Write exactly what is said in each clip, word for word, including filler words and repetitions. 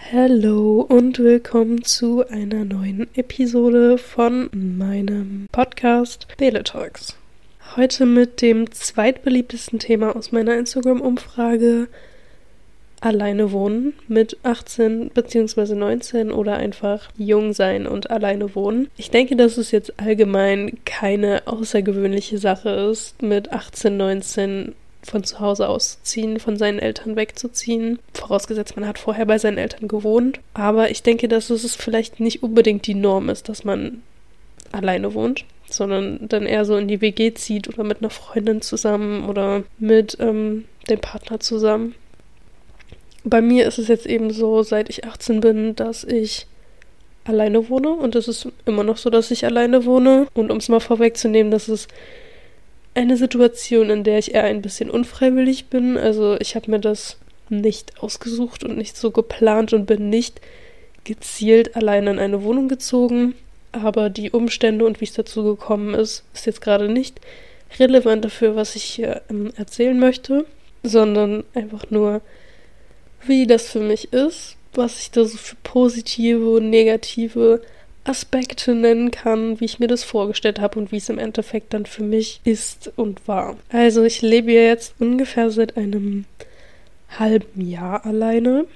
Hallo und willkommen zu einer neuen Episode von meinem Podcast Bele Talks. Heute mit dem zweitbeliebtesten Thema aus meiner Instagram-Umfrage: Alleine wohnen mit achtzehn bzw. neunzehn oder einfach jung sein und alleine wohnen. Ich denke, dass es jetzt allgemein keine außergewöhnliche Sache ist, mit achtzehn, neunzehn von zu Hause auszuziehen, von seinen Eltern wegzuziehen. Vorausgesetzt, man hat vorher bei seinen Eltern gewohnt. Aber ich denke, dass es vielleicht nicht unbedingt die Norm ist, dass man alleine wohnt, sondern dann eher so in die W G zieht oder mit einer Freundin zusammen oder mit ähm, dem Partner zusammen. Bei mir ist es jetzt eben so, seit ich achtzehn bin, dass ich alleine wohne. Und es ist immer noch so, dass ich alleine wohne. Und um es mal vorwegzunehmen, das ist eine Situation, in der ich eher ein bisschen unfreiwillig bin. Also ich habe mir das nicht ausgesucht und nicht so geplant und bin nicht gezielt alleine in eine Wohnung gezogen. Aber die Umstände und wie es dazu gekommen ist, ist jetzt gerade nicht relevant dafür, was ich hier ähm, erzählen möchte, sondern einfach nur, wie das für mich ist, was ich da so für positive und negative Aspekte nennen kann, wie ich mir das vorgestellt habe und wie es im Endeffekt dann für mich ist und war. Also ich lebe ja jetzt ungefähr seit einem halben Jahr alleine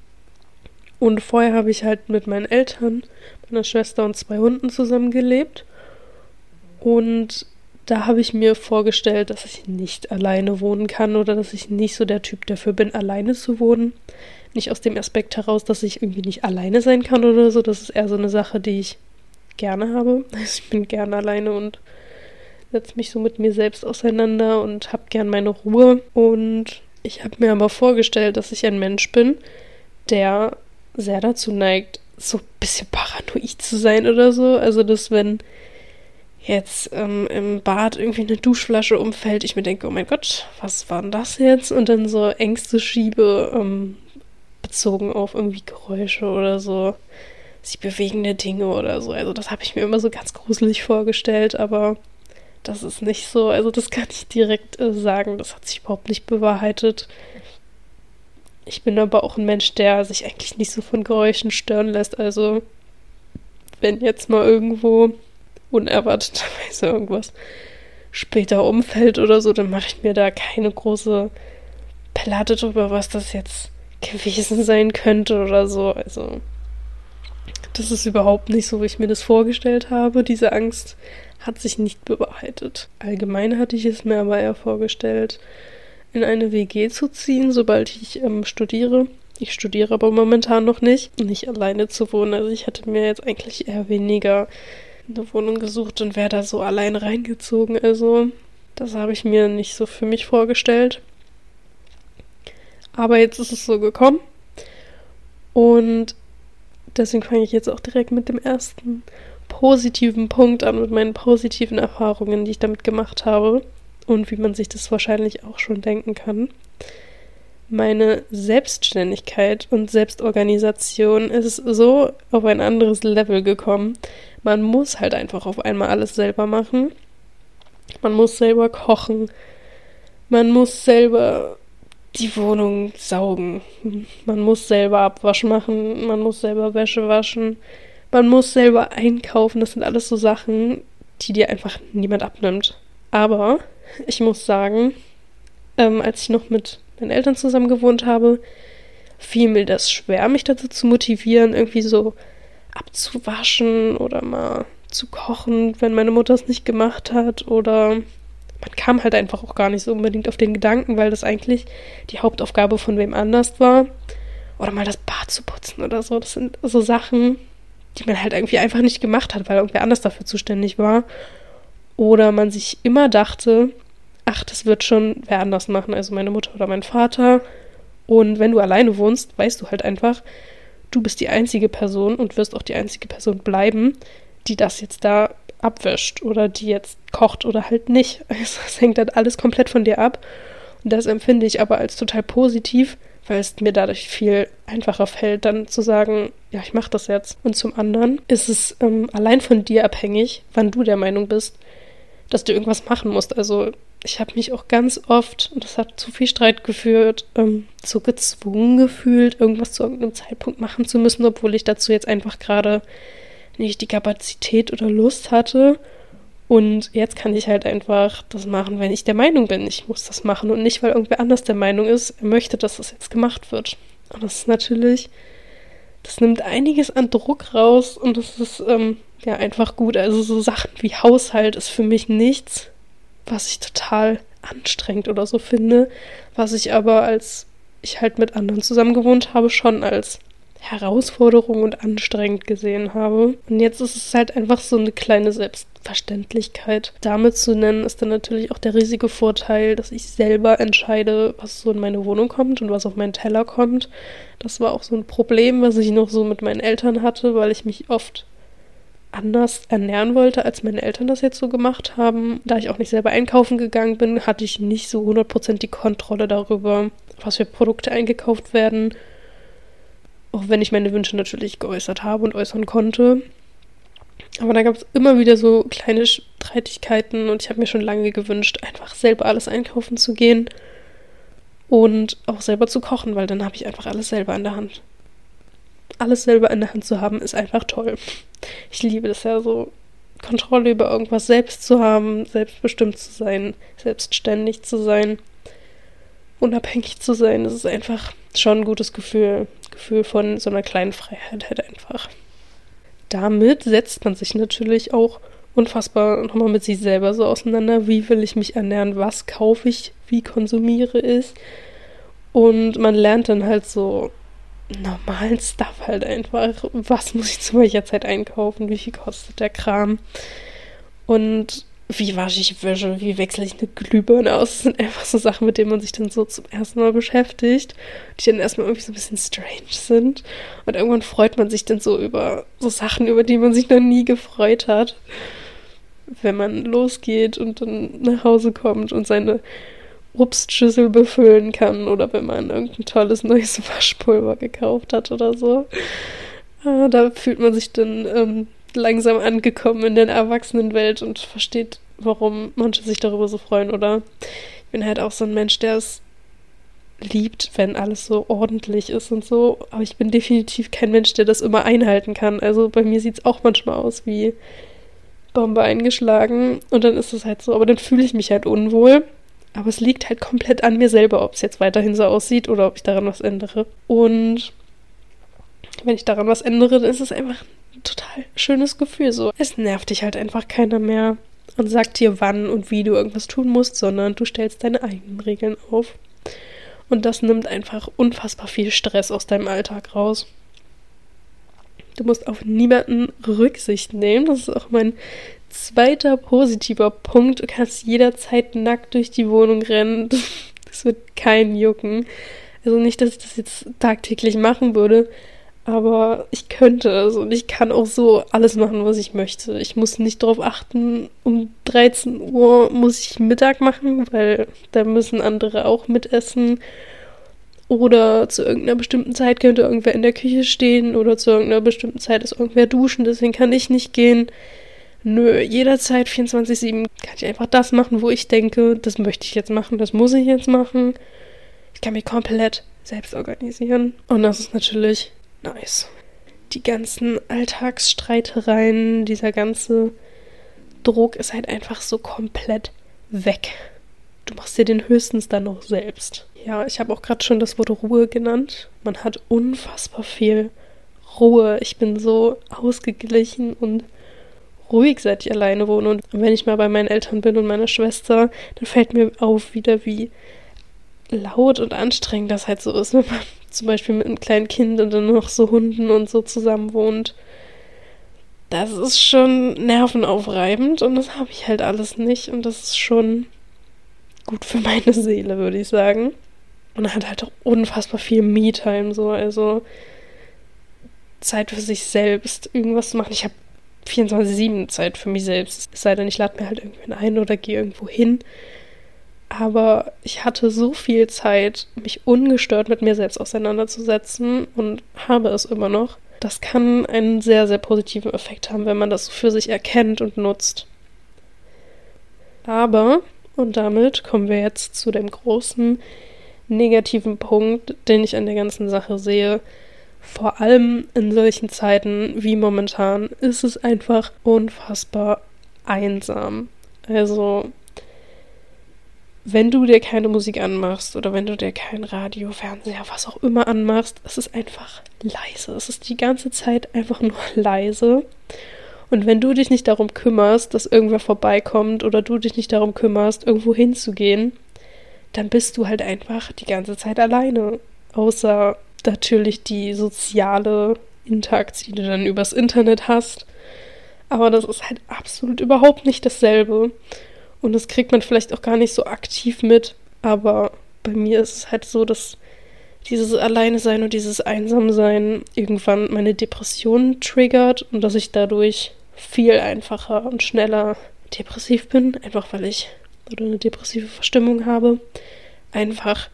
und vorher habe ich halt mit meinen Eltern, meiner Schwester und zwei Hunden zusammen gelebt und da habe ich mir vorgestellt, dass ich nicht alleine wohnen kann oder dass ich nicht so der Typ dafür bin, alleine zu wohnen. Nicht aus dem Aspekt heraus, dass ich irgendwie nicht alleine sein kann oder so. Das ist eher so eine Sache, die ich gerne habe. Also ich bin gerne alleine und setze mich so mit mir selbst auseinander und habe gern meine Ruhe. Und ich habe mir aber vorgestellt, dass ich ein Mensch bin, der sehr dazu neigt, so ein bisschen paranoid zu sein oder so. Also dass wenn jetzt ähm, im Bad irgendwie eine Duschflasche umfällt, ich mir denke, oh mein Gott, was war denn das jetzt? Und dann so Ängste schiebe, ähm, bezogen auf irgendwie Geräusche oder so, sich bewegende Dinge oder so. Also das habe ich mir immer so ganz gruselig vorgestellt, aber das ist nicht so. Also das kann ich direkt äh, sagen, das hat sich überhaupt nicht bewahrheitet. Ich bin aber auch ein Mensch, der sich eigentlich nicht so von Geräuschen stören lässt. Also wenn jetzt mal irgendwo unerwarteterweise irgendwas später umfällt oder so, dann mache ich mir da keine große Platte drüber, was das jetzt gewesen sein könnte oder so. Also das ist überhaupt nicht so, wie ich mir das vorgestellt habe. Diese Angst hat sich nicht bewahrheitet. Allgemein hatte ich es mir aber eher vorgestellt, in eine W G zu ziehen, sobald ich ähm, studiere. Ich studiere aber momentan noch nicht. Nicht alleine zu wohnen. Also ich hatte mir jetzt eigentlich eher weniger eine Wohnung gesucht und wäre da so allein reingezogen. Also das habe ich mir nicht so für mich vorgestellt. Aber jetzt ist es so gekommen und deswegen fange ich jetzt auch direkt mit dem ersten positiven Punkt an, mit meinen positiven Erfahrungen, die ich damit gemacht habe und wie man sich das wahrscheinlich auch schon denken kann. Meine Selbstständigkeit und Selbstorganisation ist so auf ein anderes Level gekommen. Man muss halt einfach auf einmal alles selber machen. Man muss selber kochen. Man muss selber die Wohnung saugen. Man muss selber Abwasch machen, man muss selber Wäsche waschen, man muss selber einkaufen. Das sind alles so Sachen, die dir einfach niemand abnimmt. Aber ich muss sagen, ähm, als ich noch mit meinen Eltern zusammen gewohnt habe, fiel mir das schwer, mich dazu zu motivieren, irgendwie so abzuwaschen oder mal zu kochen, wenn meine Mutter es nicht gemacht hat, oder man kam halt einfach auch gar nicht so unbedingt auf den Gedanken, weil das eigentlich die Hauptaufgabe von wem anders war. Oder mal das Bad zu putzen oder so. Das sind so Sachen, die man halt irgendwie einfach nicht gemacht hat, weil irgendwer anders dafür zuständig war. Oder man sich immer dachte, ach, das wird schon wer anders machen, also meine Mutter oder mein Vater. Und wenn du alleine wohnst, weißt du halt einfach, du bist die einzige Person und wirst auch die einzige Person bleiben, die das jetzt da abwäscht oder die jetzt kocht oder halt nicht. Also es hängt halt alles komplett von dir ab. Und das empfinde ich aber als total positiv, weil es mir dadurch viel einfacher fällt, dann zu sagen, ja, ich mache das jetzt. Und zum anderen ist es ähm, allein von dir abhängig, wann du der Meinung bist, dass du irgendwas machen musst. Also ich habe mich auch ganz oft, und das hat zu viel Streit geführt, ähm, so gezwungen gefühlt, irgendwas zu irgendeinem Zeitpunkt machen zu müssen, obwohl ich dazu jetzt einfach gerade nicht die Kapazität oder Lust hatte. Und jetzt kann ich halt einfach das machen, wenn ich der Meinung bin, ich muss das machen und nicht, weil irgendwer anders der Meinung ist, er möchte, dass das jetzt gemacht wird. Und das ist natürlich, das nimmt einiges an Druck raus und das ist ähm, ja einfach gut. Also so Sachen wie Haushalt ist für mich nichts, was ich total anstrengend oder so finde, was ich aber, als ich halt mit anderen zusammen gewohnt habe, schon als Herausforderung und anstrengend gesehen habe. Und jetzt ist es halt einfach so eine kleine Selbstverständlichkeit. Damit zu nennen, ist dann natürlich auch der riesige Vorteil, dass ich selber entscheide, was so in meine Wohnung kommt und was auf meinen Teller kommt. Das war auch so ein Problem, was ich noch so mit meinen Eltern hatte, weil ich mich oft anders ernähren wollte, als meine Eltern das jetzt so gemacht haben. Da ich auch nicht selber einkaufen gegangen bin, hatte ich nicht so hundert Prozent die Kontrolle darüber, was für Produkte eingekauft werden. Auch wenn ich meine Wünsche natürlich geäußert habe und äußern konnte. Aber da gab es immer wieder so kleine Streitigkeiten und ich habe mir schon lange gewünscht, einfach selber alles einkaufen zu gehen und auch selber zu kochen, weil dann habe ich einfach alles selber in der Hand. Alles selber in der Hand zu haben, ist einfach toll. Ich liebe das ja so, Kontrolle über irgendwas selbst zu haben, selbstbestimmt zu sein, selbstständig zu sein, unabhängig zu sein. Das ist einfach schon ein gutes Gefühl. Gefühl von so einer kleinen Freiheit halt einfach. Damit setzt man sich natürlich auch unfassbar nochmal mit sich selber so auseinander. Wie will ich mich ernähren? Was kaufe ich? Wie konsumiere ich? Und man lernt dann halt so normalen Stuff halt einfach. Was muss ich zu welcher Zeit einkaufen? Wie viel kostet der Kram? Und wie wasche ich Wäsche? Wie wechsle ich eine Glühbirne aus? Das sind einfach so Sachen, mit denen man sich dann so zum ersten Mal beschäftigt, die dann erstmal irgendwie so ein bisschen strange sind. Und irgendwann freut man sich dann so über so Sachen, über die man sich noch nie gefreut hat. Wenn man losgeht und dann nach Hause kommt und seine Obstschüssel befüllen kann oder wenn man irgendein tolles neues Waschpulver gekauft hat oder so. Ah, da fühlt man sich dann ähm, langsam angekommen in der Erwachsenenwelt und versteht, warum manche sich darüber so freuen, oder? Ich bin halt auch so ein Mensch, der es liebt, wenn alles so ordentlich ist und so, aber ich bin definitiv kein Mensch, der das immer einhalten kann. Also bei mir sieht es auch manchmal aus wie Bombe eingeschlagen und dann ist es halt so, aber dann fühle ich mich halt unwohl. Aber es liegt halt komplett an mir selber, ob es jetzt weiterhin so aussieht oder ob ich daran was ändere. Und wenn ich daran was ändere, dann ist es einfach ein total schönes Gefühl. So, es nervt dich halt einfach keiner mehr und sagt dir, wann und wie du irgendwas tun musst, sondern du stellst deine eigenen Regeln auf. Und das nimmt einfach unfassbar viel Stress aus deinem Alltag raus. Du musst auf niemanden Rücksicht nehmen. Das ist auch mein zweiter positiver Punkt. Du kannst jederzeit nackt durch die Wohnung rennen. Das wird keinen jucken. Also nicht, dass ich das jetzt tagtäglich machen würde, aber ich könnte es und ich kann auch so alles machen, was ich möchte. Ich muss nicht darauf achten, um dreizehn Uhr muss ich Mittag machen, weil da müssen andere auch mitessen. Oder zu irgendeiner bestimmten Zeit könnte irgendwer in der Küche stehen oder zu irgendeiner bestimmten Zeit ist irgendwer duschen, deswegen kann ich nicht gehen. Nö, jederzeit vierundzwanzig sieben kann ich einfach das machen, wo ich denke, das möchte ich jetzt machen, das muss ich jetzt machen. Ich kann mich komplett selbst organisieren. Und das ist natürlich nice. Die ganzen Alltagsstreitereien, dieser ganze Druck ist halt einfach so komplett weg. Du machst dir den höchstens dann noch selbst. Ja, ich habe auch gerade schon das Wort Ruhe genannt. Man hat unfassbar viel Ruhe. Ich bin so ausgeglichen und ruhig, seit ich alleine wohne. Und wenn ich mal bei meinen Eltern bin und meiner Schwester, dann fällt mir auf wieder, wie laut und anstrengend das halt so ist, wenn man zum Beispiel mit einem kleinen Kind und dann noch so Hunden und so zusammen wohnt. Das ist schon nervenaufreibend und das habe ich halt alles nicht. Und das ist schon gut für meine Seele, würde ich sagen. Und er hat halt auch unfassbar viel Me-Time, so, also Zeit für sich selbst, irgendwas zu machen. Ich habe vierundzwanzig sieben Zeit für mich selbst. Es sei denn, ich lade mir halt irgendwen ein oder gehe irgendwo hin. Aber ich hatte so viel Zeit, mich ungestört mit mir selbst auseinanderzusetzen und habe es immer noch. Das kann einen sehr, sehr positiven Effekt haben, wenn man das für sich erkennt und nutzt. Aber Und damit kommen wir jetzt zu dem großen negativen Punkt, den ich an der ganzen Sache sehe. Vor allem in solchen Zeiten wie momentan ist es einfach unfassbar einsam. Also, wenn du dir keine Musik anmachst oder wenn du dir kein Radio, Fernseher, was auch immer anmachst, es ist einfach leise. Es ist die ganze Zeit einfach nur leise. Und wenn du dich nicht darum kümmerst, dass irgendwer vorbeikommt oder du dich nicht darum kümmerst, irgendwo hinzugehen, dann bist du halt einfach die ganze Zeit alleine. Außer natürlich die soziale Interaktion, die du dann übers Internet hast. Aber das ist halt absolut überhaupt nicht dasselbe. Und das kriegt man vielleicht auch gar nicht so aktiv mit. Aber bei mir ist es halt so, dass dieses Alleine-Sein und dieses Einsam-Sein irgendwann meine Depression triggert und dass ich dadurch viel einfacher und schneller depressiv bin. Einfach weil ich oder eine depressive Verstimmung habe. Einfach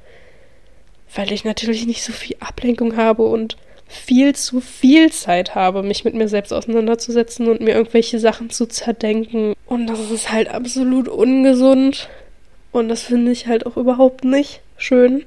weil ich natürlich nicht so viel Ablenkung habe und viel zu viel Zeit habe, mich mit mir selbst auseinanderzusetzen und mir irgendwelche Sachen zu zerdenken. Und das ist halt absolut ungesund. Und das finde ich halt auch überhaupt nicht schön.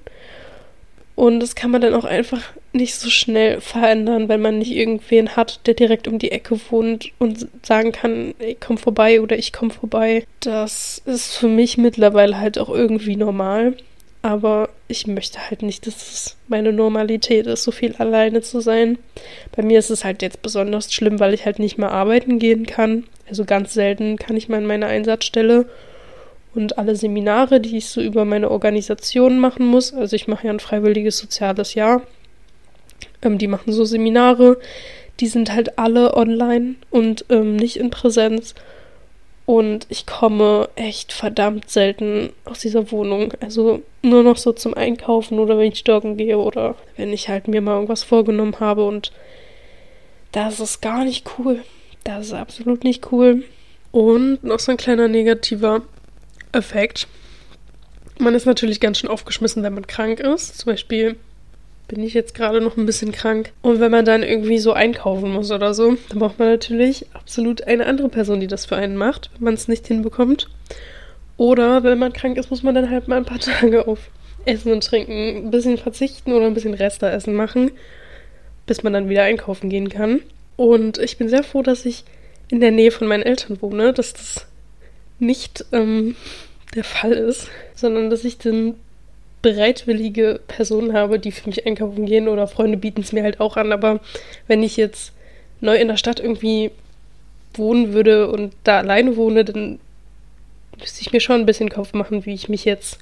Und das kann man dann auch einfach nicht so schnell verändern, wenn man nicht irgendwen hat, der direkt um die Ecke wohnt und sagen kann, ey, komm vorbei oder ich komm vorbei. Das ist für mich mittlerweile halt auch irgendwie normal. Aber ich möchte halt nicht, dass es meine Normalität ist, so viel alleine zu sein. Bei mir ist es halt jetzt besonders schlimm, weil ich halt nicht mehr arbeiten gehen kann. Also ganz selten kann ich mal in meine Einsatzstelle. Und alle Seminare, die ich so über meine Organisation machen muss, also ich mache ja ein freiwilliges soziales Jahr, ähm, die machen so Seminare, die sind halt alle online und ähm, nicht in Präsenz. Und ich komme echt verdammt selten aus dieser Wohnung. Also nur noch so zum Einkaufen oder wenn ich joggen gehe oder wenn ich halt mir mal irgendwas vorgenommen habe. Und das ist gar nicht cool. Das ist absolut nicht cool. Und noch so ein kleiner negativer Effekt. Man ist natürlich ganz schön aufgeschmissen, wenn man krank ist. Zum Beispiel bin ich jetzt gerade noch ein bisschen krank. Und wenn man dann irgendwie so einkaufen muss oder so, dann braucht man natürlich absolut eine andere Person, die das für einen macht, wenn man es nicht hinbekommt. Oder wenn man krank ist, muss man dann halt mal ein paar Tage auf Essen und Trinken ein bisschen verzichten oder ein bisschen Resteessen machen, bis man dann wieder einkaufen gehen kann. Und ich bin sehr froh, dass ich in der Nähe von meinen Eltern wohne, dass das nicht ähm, der Fall ist, sondern dass ich dann bereitwillige Personen habe, die für mich einkaufen gehen oder Freunde bieten es mir halt auch an, aber wenn ich jetzt neu in der Stadt irgendwie wohnen würde und da alleine wohne, dann müsste ich mir schon ein bisschen Kopf machen, wie ich mich jetzt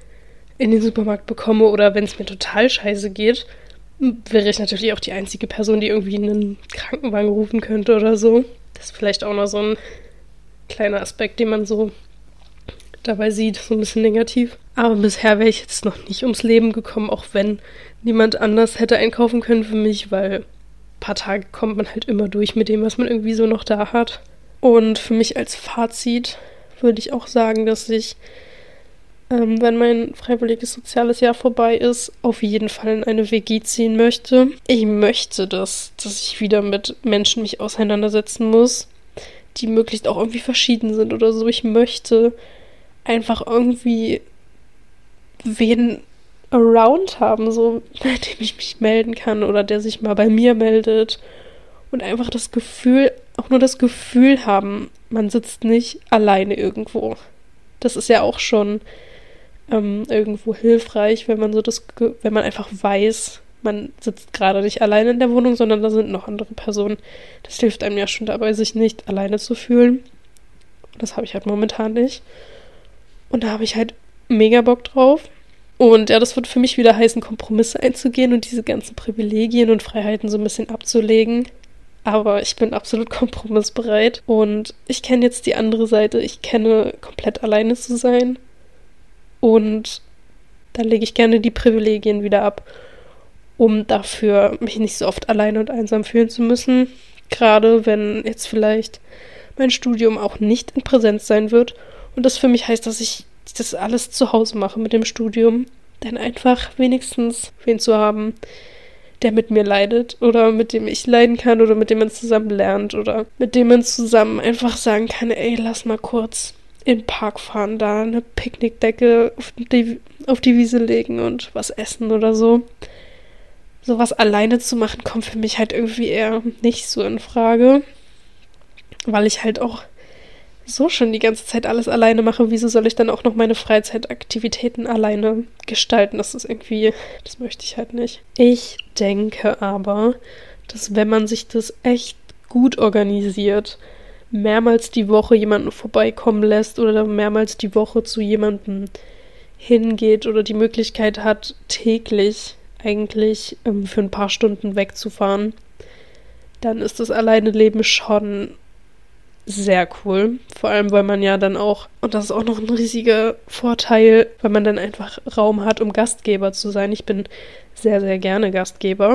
in den Supermarkt bekomme oder wenn es mir total scheiße geht, wäre ich natürlich auch die einzige Person, die irgendwie einen Krankenwagen rufen könnte oder so. Das ist vielleicht auch noch so ein kleiner Aspekt, den man so dabei sieht, so ein bisschen negativ. Aber bisher wäre ich jetzt noch nicht ums Leben gekommen, auch wenn niemand anders hätte einkaufen können für mich, weil ein paar Tage kommt man halt immer durch mit dem, was man irgendwie so noch da hat. Und für mich als Fazit würde ich auch sagen, dass ich, ähm, wenn mein freiwilliges soziales Jahr vorbei ist, auf jeden Fall in eine W G ziehen möchte. Ich möchte das, dass ich wieder mit Menschen mich auseinandersetzen muss, die möglichst auch irgendwie verschieden sind oder so. Ich möchte einfach irgendwie wen around haben, so, bei dem ich mich melden kann oder der sich mal bei mir meldet und einfach das Gefühl, auch nur das Gefühl haben, man sitzt nicht alleine irgendwo. Das ist ja auch schon ähm, irgendwo hilfreich, wenn man so das, wenn man einfach weiß, man sitzt gerade nicht alleine in der Wohnung, sondern da sind noch andere Personen. Das hilft einem ja schon dabei, sich nicht alleine zu fühlen. Das habe ich halt momentan nicht. Und da habe ich halt mega Bock drauf. Und ja, das wird für mich wieder heißen, Kompromisse einzugehen und diese ganzen Privilegien und Freiheiten so ein bisschen abzulegen. Aber ich bin absolut kompromissbereit. Und ich kenne jetzt die andere Seite. Ich kenne, komplett alleine zu sein. Und da lege ich gerne die Privilegien wieder ab, um dafür mich nicht so oft alleine und einsam fühlen zu müssen. Gerade wenn jetzt vielleicht mein Studium auch nicht in Präsenz sein wird. Und das für mich heißt, dass ich das alles zu Hause mache mit dem Studium. Dann einfach wenigstens wen zu haben, der mit mir leidet oder mit dem ich leiden kann oder mit dem man zusammen lernt oder mit dem man zusammen einfach sagen kann, ey, lass mal kurz in den Park fahren, da eine Picknickdecke auf die, auf die Wiese legen und was essen oder so. Sowas alleine zu machen, kommt für mich halt irgendwie eher nicht so in Frage, weil ich halt auch so schon die ganze Zeit alles alleine mache. Wieso soll ich dann auch noch meine Freizeitaktivitäten alleine gestalten? Das ist irgendwie, das möchte ich halt nicht. Ich denke aber, dass wenn man sich das echt gut organisiert, mehrmals die Woche jemanden vorbeikommen lässt oder mehrmals die Woche zu jemandem hingeht oder die Möglichkeit hat, täglich eigentlich ähm, für ein paar Stunden wegzufahren, dann ist das alleine Leben schon sehr cool. Vor allem, weil man ja dann auch, und das ist auch noch ein riesiger Vorteil, weil man dann einfach Raum hat, um Gastgeber zu sein. Ich bin sehr, sehr gerne Gastgeber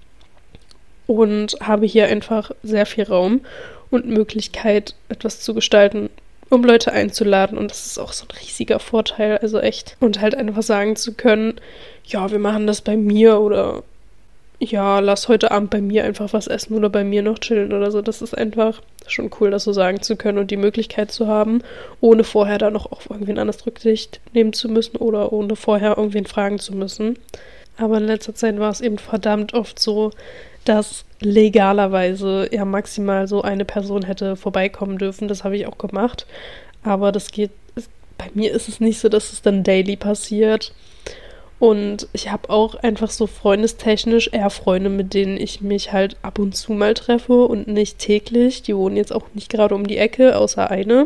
und habe hier einfach sehr viel Raum und Möglichkeit, etwas zu gestalten, um Leute einzuladen. Und das ist auch so ein riesiger Vorteil, also echt. Und halt einfach sagen zu können, ja, wir machen das bei mir oder ja, lass heute Abend bei mir einfach was essen oder bei mir noch chillen oder so. Das ist einfach schon cool, das so sagen zu können und die Möglichkeit zu haben, ohne vorher da noch auf irgendwen anders Rücksicht nehmen zu müssen oder ohne vorher irgendwen fragen zu müssen. Aber in letzter Zeit war es eben verdammt oft so, dass legalerweise ja maximal so eine Person hätte vorbeikommen dürfen. Das habe ich auch gemacht. Aber das geht, bei mir ist es nicht so, dass es dann daily passiert. Und ich habe auch einfach so freundestechnisch eher Freunde, mit denen ich mich halt ab und zu mal treffe und nicht täglich. Die wohnen jetzt auch nicht gerade um die Ecke, außer eine.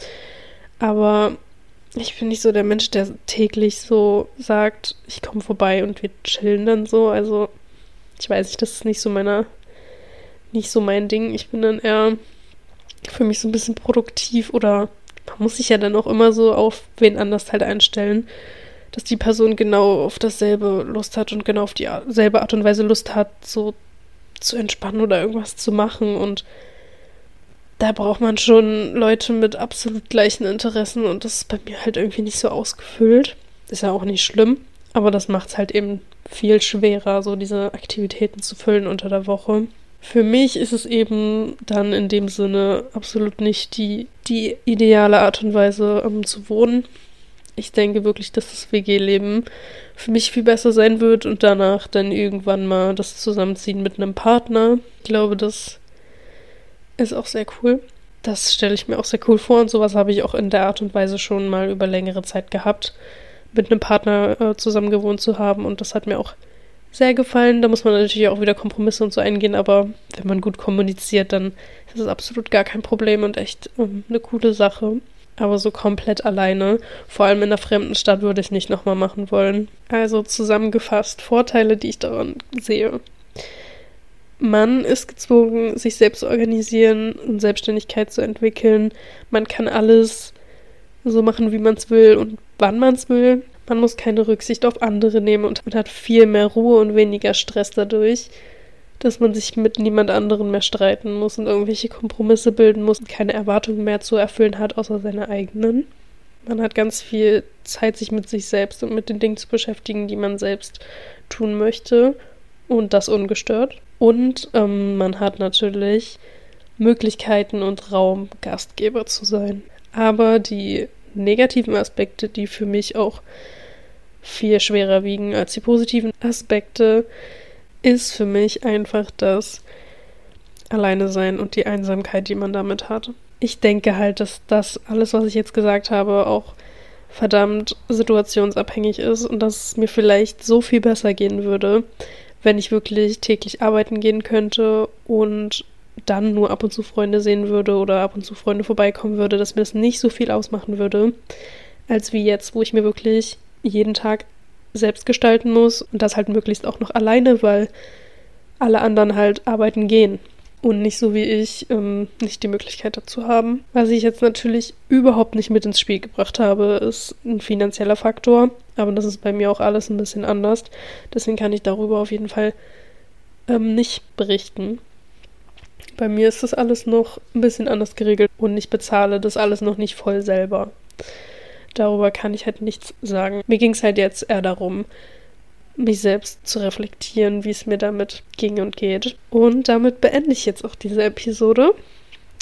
Aber ich bin nicht so der Mensch, der täglich so sagt, ich komme vorbei und wir chillen dann so. Also ich weiß nicht, das ist nicht so meiner, nicht so mein Ding. Ich bin dann eher für mich so ein bisschen produktiv oder man muss sich ja dann auch immer so auf wen anders halt einstellen, dass die Person genau auf dasselbe Lust hat und genau auf dieselbe Art und Weise Lust hat, so zu entspannen oder irgendwas zu machen. Und da braucht man schon Leute mit absolut gleichen Interessen und das ist bei mir halt irgendwie nicht so ausgefüllt. Ist ja auch nicht schlimm, aber das macht es halt eben viel schwerer, so diese Aktivitäten zu füllen unter der Woche. Für mich ist es eben dann in dem Sinne absolut nicht die, die ideale Art und Weise, um zu wohnen. Ich denke wirklich, dass das W G-Leben für mich viel besser sein wird und danach dann irgendwann mal das Zusammenziehen mit einem Partner. Ich glaube, das ist auch sehr cool. Das stelle ich mir auch sehr cool vor und sowas habe ich auch in der Art und Weise schon mal über längere Zeit gehabt, mit einem Partner äh, zusammen gewohnt zu haben und das hat mir auch sehr gefallen. Da muss man natürlich auch wieder Kompromisse und so eingehen, aber wenn man gut kommuniziert, dann ist das absolut gar kein Problem und echt ähm, eine coole Sache. Aber so komplett alleine, vor allem in einer fremden Stadt, würde ich nicht nochmal machen wollen. Also zusammengefasst, Vorteile, die ich daran sehe. Man ist gezwungen, sich selbst zu organisieren und Selbstständigkeit zu entwickeln. Man kann alles so machen, wie man es will und wann man es will. Man muss keine Rücksicht auf andere nehmen und man hat viel mehr Ruhe und weniger Stress dadurch, dass man sich mit niemand anderem mehr streiten muss und irgendwelche Kompromisse bilden muss und keine Erwartungen mehr zu erfüllen hat, außer seine eigenen. Man hat ganz viel Zeit, sich mit sich selbst und mit den Dingen zu beschäftigen, die man selbst tun möchte und das ungestört. Und ähm, man hat natürlich Möglichkeiten und Raum, Gastgeber zu sein. Aber die negativen Aspekte, die für mich auch viel schwerer wiegen als die positiven Aspekte, ist für mich einfach das Alleine sein und die Einsamkeit, die man damit hat. Ich denke halt, dass das alles, was ich jetzt gesagt habe, auch verdammt situationsabhängig ist und dass es mir vielleicht so viel besser gehen würde, wenn ich wirklich täglich arbeiten gehen könnte und dann nur ab und zu Freunde sehen würde oder ab und zu Freunde vorbeikommen würde, dass mir das nicht so viel ausmachen würde, als wie jetzt, wo ich mir wirklich jeden Tag selbst gestalten muss und das halt möglichst auch noch alleine, weil alle anderen halt arbeiten gehen und nicht so wie ich ähm, nicht die Möglichkeit dazu haben. Was ich jetzt natürlich überhaupt nicht mit ins Spiel gebracht habe, ist ein finanzieller Faktor, aber das ist bei mir auch alles ein bisschen anders. Deswegen kann ich darüber auf jeden Fall ähm, nicht berichten. Bei mir ist das alles noch ein bisschen anders geregelt und ich bezahle das alles noch nicht voll selber. Darüber kann ich halt nichts sagen. Mir ging es halt jetzt eher darum, mich selbst zu reflektieren, wie es mir damit ging und geht. Und damit beende ich jetzt auch diese Episode.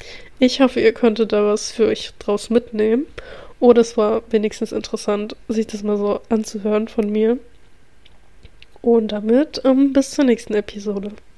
Ich hoffe, ihr konntet da was für euch draus mitnehmen. Oder es war wenigstens interessant, sich das mal so anzuhören von mir. Und damit ähm, bis zur nächsten Episode.